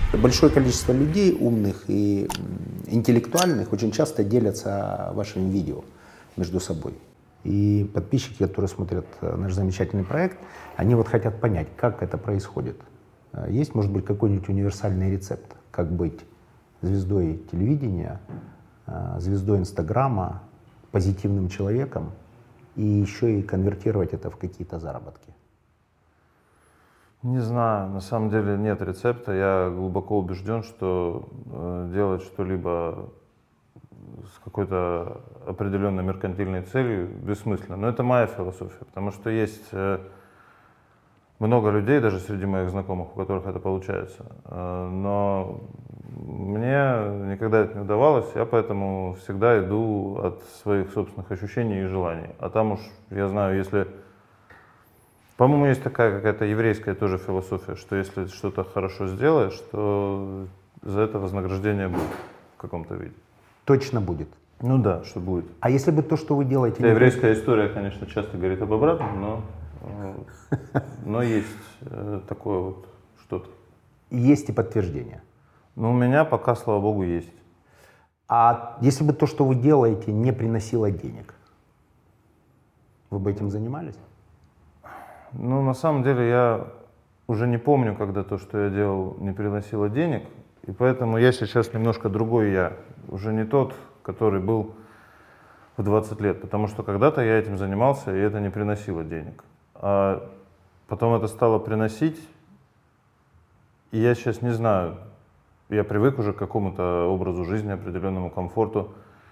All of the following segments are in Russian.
Большое количество людей, умных и интеллектуальных, очень часто делятся вашими видео между собой. И подписчики, которые смотрят наш замечательный проект, они вот хотят понять, как это происходит. Есть, может быть, какой-нибудь универсальный рецепт, как быть звездой телевидения, звездой Инстаграма, позитивным человеком и еще и конвертировать это в какие-то заработки? Не знаю, на самом деле нет рецепта. Я глубоко убежден, что делать что-либо с какой-то определенной меркантильной целью бессмысленно. Но это моя философия, потому что есть много людей, даже среди моих знакомых, у которых это получается. Но мне никогда это не удавалось, я поэтому всегда иду от своих собственных ощущений и желаний. А там уж, я знаю, если... По-моему, есть такая какая-то еврейская тоже философия, что если что-то хорошо сделаешь, то за это вознаграждение будет в каком-то виде. Точно будет. Ну да, что будет. А если бы то, что вы делаете... Еврейская история, конечно, часто говорит об обратном, но есть такое вот что-то. Есть и подтверждение. Ну, у меня пока, слава богу, есть. А если бы то, что вы делаете, не приносило денег, вы бы этим занимались? Ну, на самом деле, я уже не помню, когда то, что я делал, не приносило денег, и поэтому я сейчас немножко другой я, уже не тот, который был в 20 лет, потому что когда-то я этим занимался, и это не приносило денег. А потом это стало приносить, и я сейчас не знаю, я привык уже к какому-то образу жизни, определенному комфорту.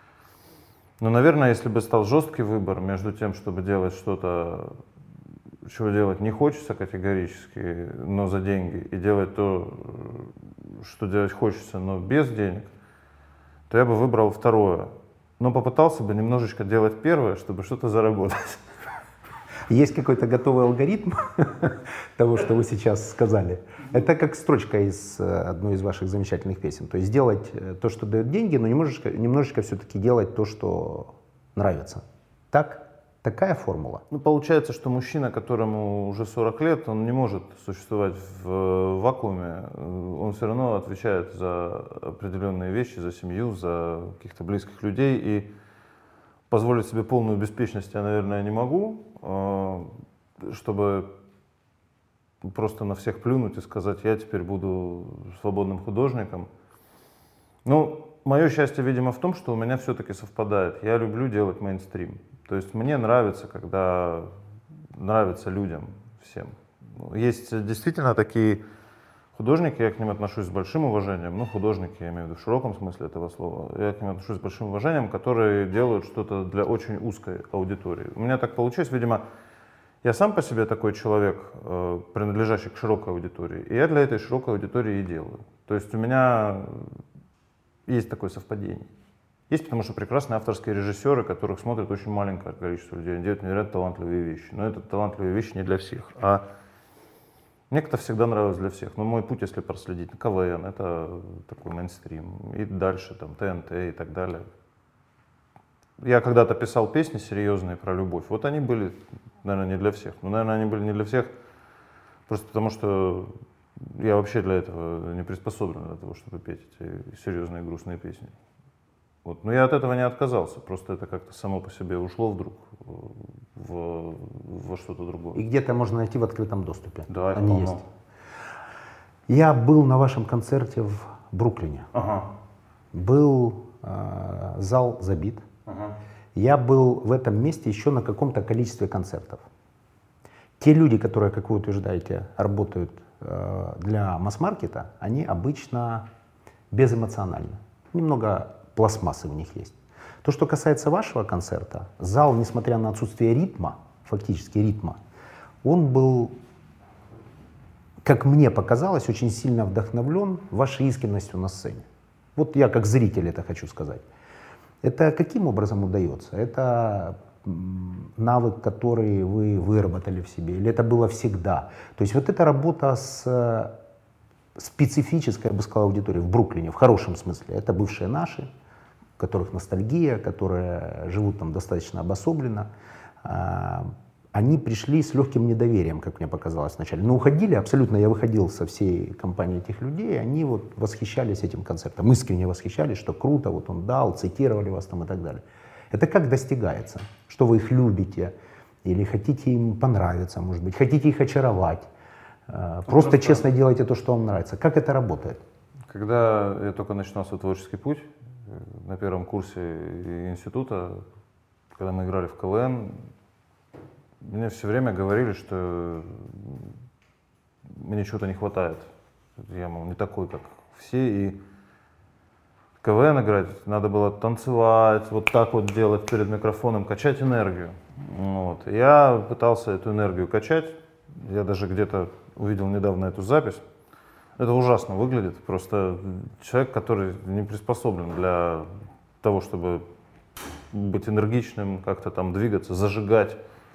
Но, наверное, если бы стал жесткий выбор между тем, чтобы делать что-то, чего делать не хочется категорически, но за деньги, и делать то, что делать хочется, но без денег, то я бы выбрал второе. Но попытался бы немножечко делать первое, чтобы что-то заработать. Есть какой-то готовый алгоритм того, что вы сейчас сказали? Это как строчка из одной из ваших замечательных песен. То есть делать то, что дает деньги, но немножечко все-таки делать то, что нравится. Так? Такая формула? Ну, получается, что мужчина, которому уже 40 лет, он не может существовать в вакууме. Он все равно отвечает за определенные вещи, за семью, за каких-то близких людей. И позволить себе полную беспечность я, наверное, не могу, чтобы просто на всех плюнуть и сказать, я теперь буду свободным художником. Ну, мое счастье, видимо, в том, что у меня все-таки совпадает. Я люблю делать мейнстрим. То есть мне нравится, когда нравится людям всем. Есть действительно такие художники, я к ним отношусь с большим уважением. Ну, художники, я имею в виду в широком смысле этого слова. Я к ним отношусь с большим уважением, которые делают что-то для очень узкой аудитории. У меня так получилось, видимо, я сам по себе такой человек, принадлежащий к широкой аудитории, и я для этой широкой аудитории и делаю. То есть у меня есть такое совпадение. Есть, потому что прекрасные авторские режиссеры, которых смотрит очень маленькое количество людей, они делают невероятно талантливые вещи. Но это талантливые вещи не для всех. А мне это всегда нравилось для всех. Но мой путь, если проследить, КВН, это такой мейнстрим. И дальше там ТНТ и так далее. Я когда-то писал песни серьезные про любовь. Вот они были, наверное, не для всех. Но, наверное, они были не для всех просто потому, что я вообще для этого не приспособлен, для того, чтобы петь эти серьезные грустные песни. Вот. Но я от этого не отказался, просто это как-то само по себе ушло вдруг во что-то другое. И где-то можно найти в открытом доступе. Да, это они есть. Я был на вашем концерте в Бруклине. Ага. Был зал забит. Ага. Я был в этом месте еще на каком-то количестве концертов. Те люди, которые, как вы утверждаете, работают для масс-маркета, они обычно безэмоциональны. Немного пластмассы в них есть. То, что касается вашего концерта, зал, несмотря на отсутствие ритма, фактически ритма, он был, как мне показалось, очень сильно вдохновлен вашей искренностью на сцене. Вот я как зритель это хочу сказать. Это каким образом удается? Это навык, который вы выработали в себе, или это было всегда? То есть вот эта работа с специфической, я бы сказал, аудиторией в Бруклине, в хорошем смысле, это бывшие наши, у которых ностальгия, которые живут там достаточно обособленно. они пришли с легким недоверием, как мне показалось вначале. Но уходили абсолютно, я выходил со всей компании этих людей, они вот восхищались этим концертом, искренне восхищались, что круто, вот он дал, цитировали вас там и так далее. Это как достигается? Что вы их любите, или хотите им понравиться, может быть, хотите их очаровать, просто честно делайте то, что вам нравится. Как это работает? Когда я только начинал свой творческий путь, на первом курсе института, когда мы играли в КВН, мне все время говорили, что мне чего-то не хватает. Я, мол, не такой, как все. И КВН играть надо было танцевать, вот так вот делать перед микрофоном, качать энергию. Вот. Я пытался эту энергию качать. Я даже где-то увидел недавно эту запись. Это ужасно выглядит. Просто человек, который не приспособлен для того, чтобы быть энергичным, как-то там двигаться, зажигать.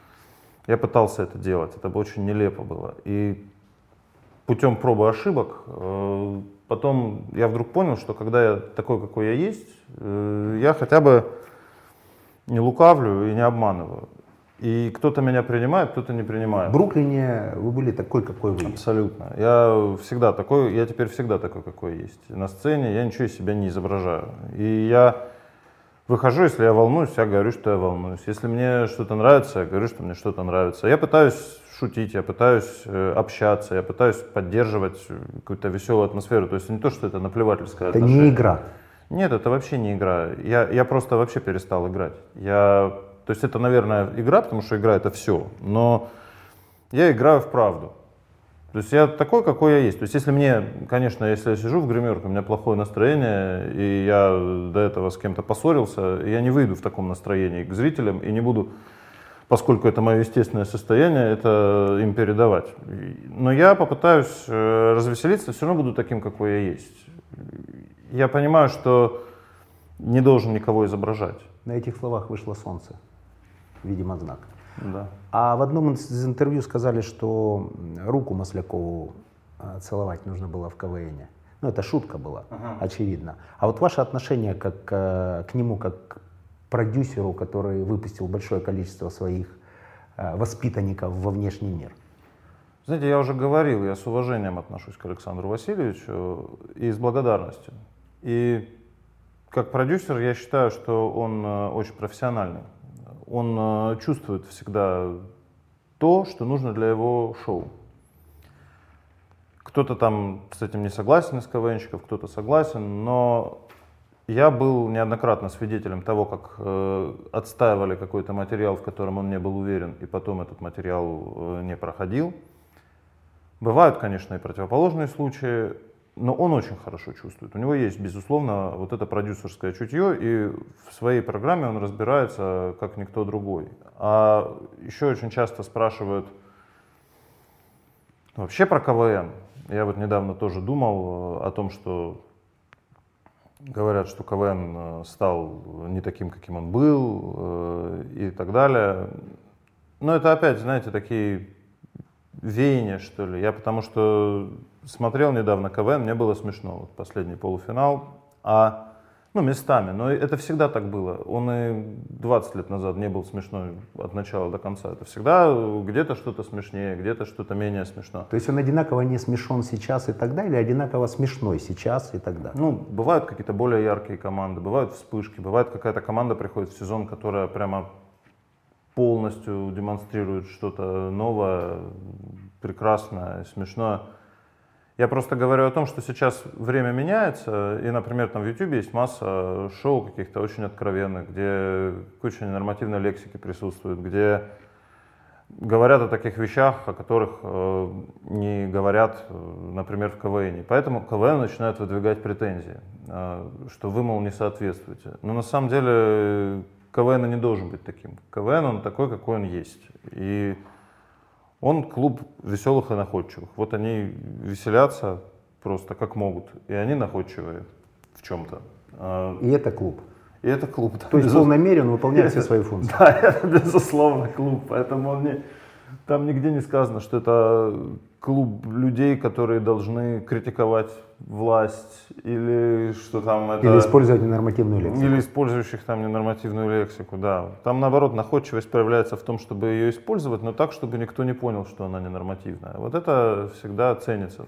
Я пытался это делать, это очень нелепо было. И путем проб и ошибок, потом я вдруг понял, что когда я такой, какой я есть, я хотя бы не лукавлю и не обманываю. И кто-то меня принимает, кто-то не принимает. В Бруклине вы были такой, какой вы есть. Абсолютно. Я всегда такой, я теперь всегда такой, какой есть. На сцене я ничего из себя не изображаю. И я выхожу, если я волнуюсь, я говорю, что я волнуюсь. Если мне что-то нравится, я говорю, что мне что-то нравится. Я пытаюсь шутить, я пытаюсь общаться, я пытаюсь поддерживать какую-то веселую атмосферу. То есть не то, что это наплевательское Это отношение. не игра. Нет, это вообще не игра. Я просто вообще перестал играть. То есть это, наверное, игра, потому что игра — это все. Но я играю в правду. То есть я такой, какой я есть. То есть если мне, конечно, если я сижу в гримерке, у меня плохое настроение, и я до этого с кем-то поссорился, я не выйду в таком настроении к зрителям и не буду, поскольку это мое естественное состояние, это им передавать. Но я попытаюсь развеселиться, все равно буду таким, какой я есть. Я понимаю, что не должен никого изображать. На этих словах вышло солнце, видимо, знак. Да. А в одном из интервью сказали, что руку Маслякову целовать нужно было в КВН. Ну, это шутка была, очевидно. А вот ваше отношение к нему, как к продюсеру, который выпустил большое количество своих воспитанников во внешний мир? Знаете, я уже говорил, я с уважением отношусь к Александру Васильевичу и с благодарностью. И как продюсер я считаю, что он очень профессиональный. Он чувствует всегда то, что нужно для его шоу. Кто-то там с этим не согласен из КВНщиков, кто-то согласен, но я был неоднократно свидетелем того, как отстаивали какой-то материал, в котором он не был уверен, и потом этот материал не проходил. Бывают, конечно, и противоположные случаи, но он очень хорошо чувствует. У него есть, безусловно, вот это продюсерское чутье, и в своей программе он разбирается, как никто другой. А еще очень часто спрашивают вообще про КВН. Я вот недавно тоже думал о том, что говорят, что КВН стал не таким, каким он был, и так далее. Но это опять, знаете, такие веяния, что ли. Я потому что смотрел недавно КВН, мне было смешно, вот последний полуфинал, местами, но это всегда так было. Он и 20 лет назад не был смешной от начала до конца. Это всегда где-то что-то смешнее, где-то что-то менее смешно. То есть он одинаково не смешон сейчас и тогда, или одинаково смешной сейчас и тогда? Бывают какие-то более яркие команды, бывают вспышки, бывает какая-то команда приходит в сезон, которая прямо полностью демонстрирует что-то новое, прекрасное, смешное. Я просто говорю о том, что сейчас время меняется, и, например, там в YouTube есть масса шоу каких-то очень откровенных, где куча ненормативной лексики присутствует, где говорят о таких вещах, о которых не говорят, например, в КВН. Поэтому КВН начинает выдвигать претензии, что вы, мол, не соответствуете. Но на самом деле КВН не должен быть таким. КВН, он такой, какой он есть. И он клуб веселых и находчивых. Вот они веселятся просто как могут. И они находчивые в чем-то. И это клуб. И это клуб. Да, то есть в полной мере он выполняет все свои функции. Да, это безусловно клуб. Поэтому он Там нигде не сказано, что это клуб людей, которые должны критиковать власть, или что там это... Или использовать ненормативную лексику. Или использующих там ненормативную лексику, да. Там, наоборот, находчивость проявляется в том, чтобы ее использовать, но так, чтобы никто не понял, что она ненормативная. Вот это всегда ценится.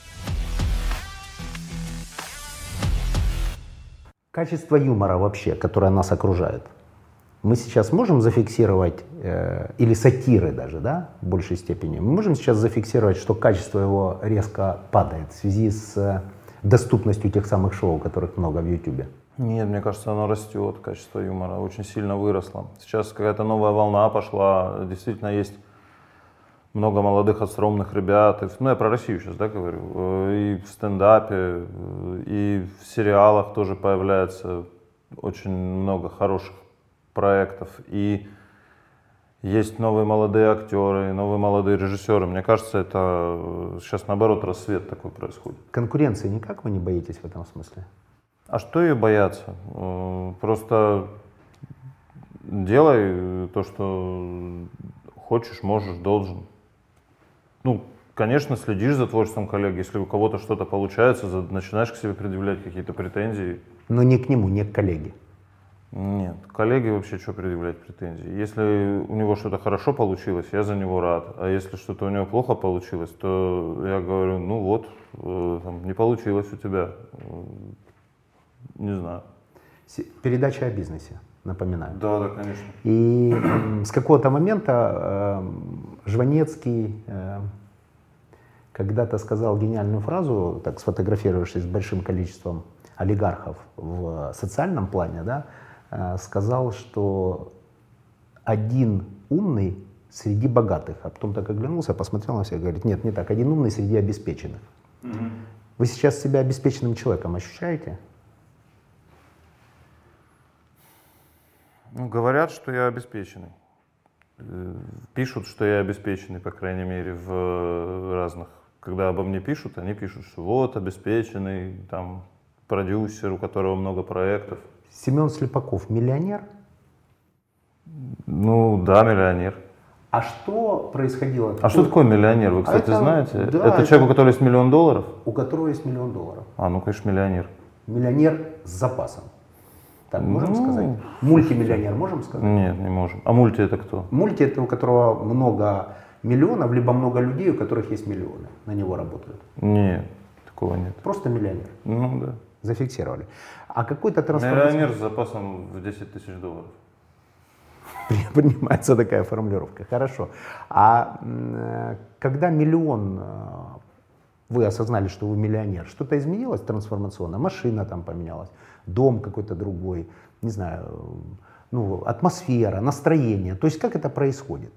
Качество юмора вообще, которое нас окружает. Мы сейчас можем зафиксировать, или сатиры даже, да, в большей степени, мы можем сейчас зафиксировать, что качество его резко падает в связи с доступностью тех самых шоу, которых много в Ютубе? Нет, мне кажется, оно растет, качество юмора очень сильно выросло. Сейчас какая-то новая волна пошла, действительно есть много молодых остроумных ребят. Ну, я про Россию сейчас, да, говорю. И в стендапе, и в сериалах тоже появляется очень много хороших проектов. И есть новые молодые актеры, новые молодые режиссеры. Мне кажется, это сейчас наоборот рассвет такой происходит. Конкуренции никак вы не боитесь в этом смысле? А что ее бояться? Просто делай то, что хочешь, можешь, должен. Ну, конечно, следишь за творчеством коллег. Если у кого-то что-то получается, начинаешь к себе предъявлять какие-то претензии. Но не к нему, не к коллеге. Нет, коллеге вообще что предъявлять претензии? Если у него что-то хорошо получилось, я за него рад. А если что-то у него плохо получилось, то я говорю, ну вот, там, не получилось у тебя. Не знаю. Передача о бизнесе, напоминаю. Да, да, конечно. И с какого-то момента Жванецкий когда-то сказал гениальную фразу, так сфотографировавшись с большим количеством олигархов в социальном плане, да, сказал, что один умный среди богатых, а потом так оглянулся, посмотрел на всех и говорит, нет, не так, один умный среди обеспеченных. Вы сейчас себя обеспеченным человеком ощущаете? Ну, говорят, что я обеспеченный. Пишут, что я обеспеченный, по крайней мере, в разных. Когда обо мне пишут, они пишут, что вот обеспеченный, там, продюсер, у которого много проектов. Семен Слепаков миллионер? Ну, да, миллионер. А что происходило? А что такое миллионер, вы, кстати, знаете? Да, это человек, у которого есть $1 миллион? У которого есть $1 миллион. А, ну, конечно, миллионер. Миллионер с запасом. Так можем Ну, сказать? Мультимиллионер можем сказать? Нет, не можем. А мульти это кто? Мульти — это у которого много миллионов, либо много людей, у которых есть миллионы, на него работают. Нет, такого нет. Просто миллионер. Ну, да. Зафиксировали. А какой-то трансформация... Миллионер с запасом в $10 000. Принимается такая формулировка. Хорошо. А когда миллион, вы осознали, что вы миллионер, что-то изменилось трансформационно? Машина там поменялась, дом какой-то другой, не знаю, ну, атмосфера, настроение. То есть как это происходит?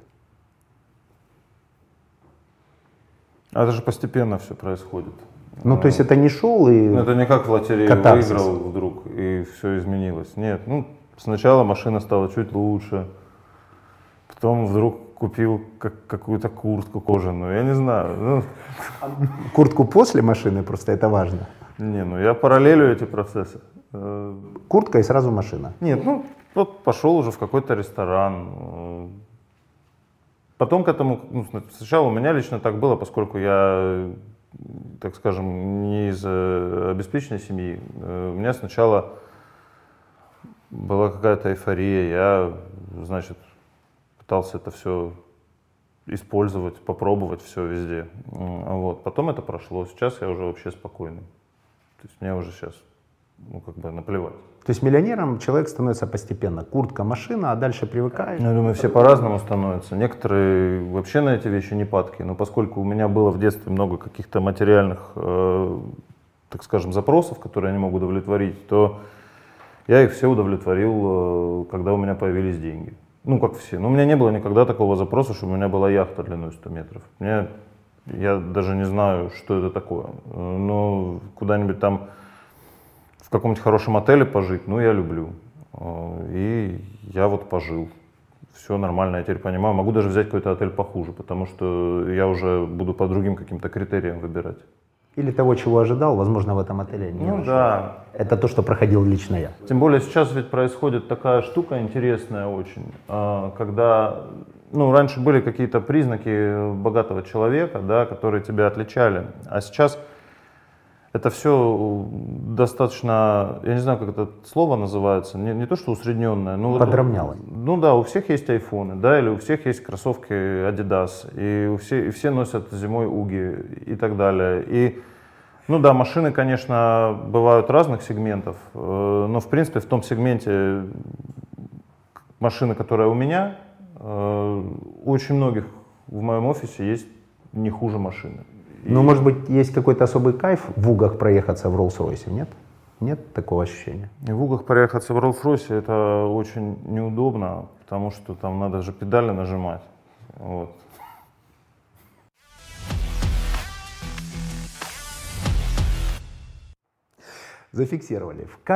А это же постепенно все происходит. Ну, то есть это не шоу и... Это не как в лотерею катарсис. выиграл вдруг и все изменилось. Нет, ну, сначала машина стала чуть лучше, потом вдруг купил какую-то куртку кожаную, я не знаю. Ну, Куртку после машины, просто это важно. не, ну я параллелю эти процессы. Куртка и сразу машина. Нет, ну вот пошел уже в какой-то ресторан. Потом к этому, ну, сначала у меня лично так было, поскольку я, так скажем, не из обеспеченной семьи. У меня сначала была какая-то эйфория, я, значит, пытался это все использовать, попробовать все везде. Вот. Потом это прошло, сейчас я уже вообще спокойный. То есть мне уже сейчас, ну, как бы наплевать. То есть миллионером человек становится постепенно. Куртка, машина, а дальше привыкает. Я думаю, все по-разному становятся. Некоторые вообще на эти вещи не падки. Но поскольку у меня было в детстве много каких-то материальных, так скажем, запросов, которые я не могу удовлетворить, то я их все удовлетворил, когда у меня появились деньги. Ну, как все. Но у меня не было никогда такого запроса, чтобы у меня была яхта длиной 100 метров. Я даже не знаю, что это такое. Но куда-нибудь там в каком-нибудь хорошем отеле пожить, ну, я люблю. И я вот пожил. Все нормально, я теперь понимаю. Могу даже взять какой-то отель похуже, потому что я уже буду по другим каким-то критериям выбирать. Или того, чего ожидал, возможно, в этом отеле не нашел. Да. Это то, что проходил лично я. Тем более сейчас ведь происходит такая штука интересная очень, когда ну, раньше были какие-то признаки богатого человека, да, которые тебя отличали, а сейчас это все достаточно, я не знаю, как это слово называется, не то что усредненное, но Подровняло. Ну да, у всех есть айфоны, да, или у всех есть кроссовки Adidas, и все носят зимой уги и так далее. И, ну да, машины, конечно, бывают разных сегментов, но в принципе в том сегменте машины, которая у меня, у очень многих в моем офисе есть не хуже машины. Ну, может быть, есть какой-то особый кайф в угах проехаться в Роллс-Ройсе, нет? Нет такого ощущения? И в угах проехаться в Роллс-Ройсе это очень неудобно, потому что там надо же педали нажимать. Вот. Зафиксировали.